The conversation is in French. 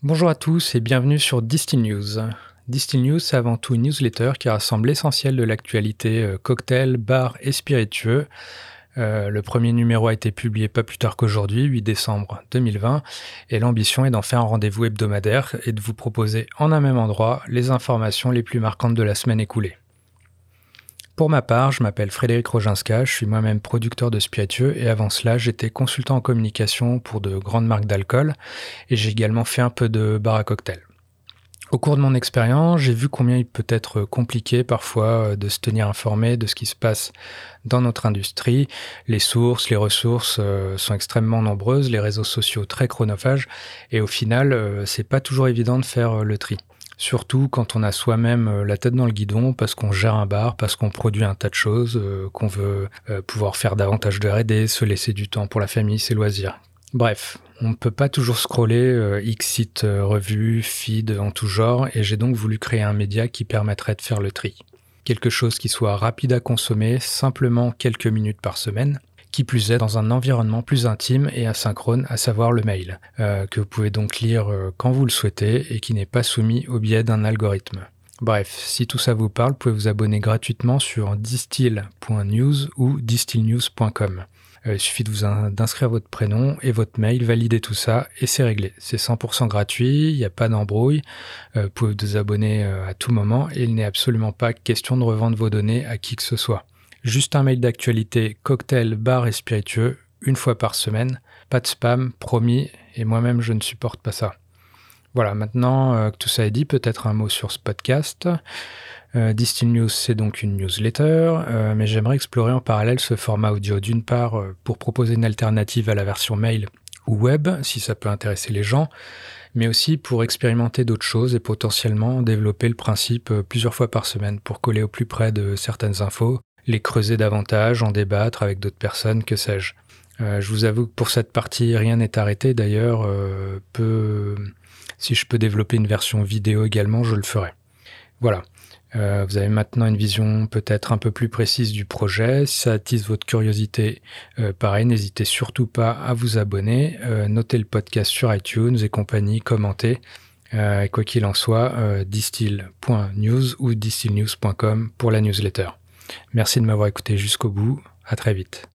Bonjour à tous et bienvenue sur Distill News. Distill News, c'est avant tout une newsletter qui rassemble l'essentiel de l'actualité cocktail, bar et spiritueux. Le premier numéro a été publié pas plus tard qu'aujourd'hui, 8 décembre 2020, et l'ambition est d'en faire un rendez-vous hebdomadaire et de vous proposer en un même endroit les informations les plus marquantes de la semaine écoulée. Pour ma part, je m'appelle Frédéric Roginska, je suis moi-même producteur de spiritueux et avant cela, j'étais consultant en communication pour de grandes marques d'alcool et j'ai également fait un peu de bar à cocktail. Au cours de mon expérience, j'ai vu combien il peut être compliqué parfois de se tenir informé de ce qui se passe dans notre industrie. Les sources, les ressources sont extrêmement nombreuses, les réseaux sociaux très chronophages et au final, c'est pas toujours évident de faire le tri. Surtout quand on a soi-même la tête dans le guidon parce qu'on gère un bar, parce qu'on produit un tas de choses, qu'on veut pouvoir faire davantage de R&D, se laisser du temps pour la famille, ses loisirs. Bref, on ne peut pas toujours scroller X sites, revues, feeds en tout genre, et j'ai donc voulu créer un média qui permettrait de faire le tri. Quelque chose qui soit rapide à consommer, simplement quelques minutes par semaine, qui plus est dans un environnement plus intime et asynchrone, à savoir le mail, que vous pouvez donc lire quand vous le souhaitez et qui n'est pas soumis au biais d'un algorithme. Bref, si tout ça vous parle, vous pouvez vous abonner gratuitement sur distill.news ou distillnews.com. Il suffit d'inscrire votre prénom et votre mail, valider tout ça et c'est réglé. C'est 100% gratuit, il n'y a pas d'embrouille, vous pouvez vous abonner à tout moment et il n'est absolument pas question de revendre vos données à qui que ce soit. Juste un mail d'actualité, cocktail, bar et spiritueux, une fois par semaine, pas de spam, promis, et moi-même je ne supporte pas ça. Voilà, maintenant que tout ça est dit, peut-être un mot sur ce podcast. Distill News, c'est donc une newsletter, mais j'aimerais explorer en parallèle ce format audio, d'une part pour proposer une alternative à la version mail ou web, si ça peut intéresser les gens, mais aussi pour expérimenter d'autres choses et potentiellement développer le principe plusieurs fois par semaine pour coller au plus près de certaines infos, les creuser davantage, en débattre avec d'autres personnes, que sais-je. Je vous avoue que pour cette partie, rien n'est arrêté. D'ailleurs, si je peux développer une version vidéo également, je le ferai. Voilà. Vous avez maintenant une vision peut-être un peu plus précise du projet. Si ça attise votre curiosité, pareil, n'hésitez surtout pas à vous abonner, notez le podcast sur iTunes et compagnie, commentez. Quoi qu'il en soit, distill.news ou distillnews.com pour la newsletter. Merci de m'avoir écouté jusqu'au bout. À très vite.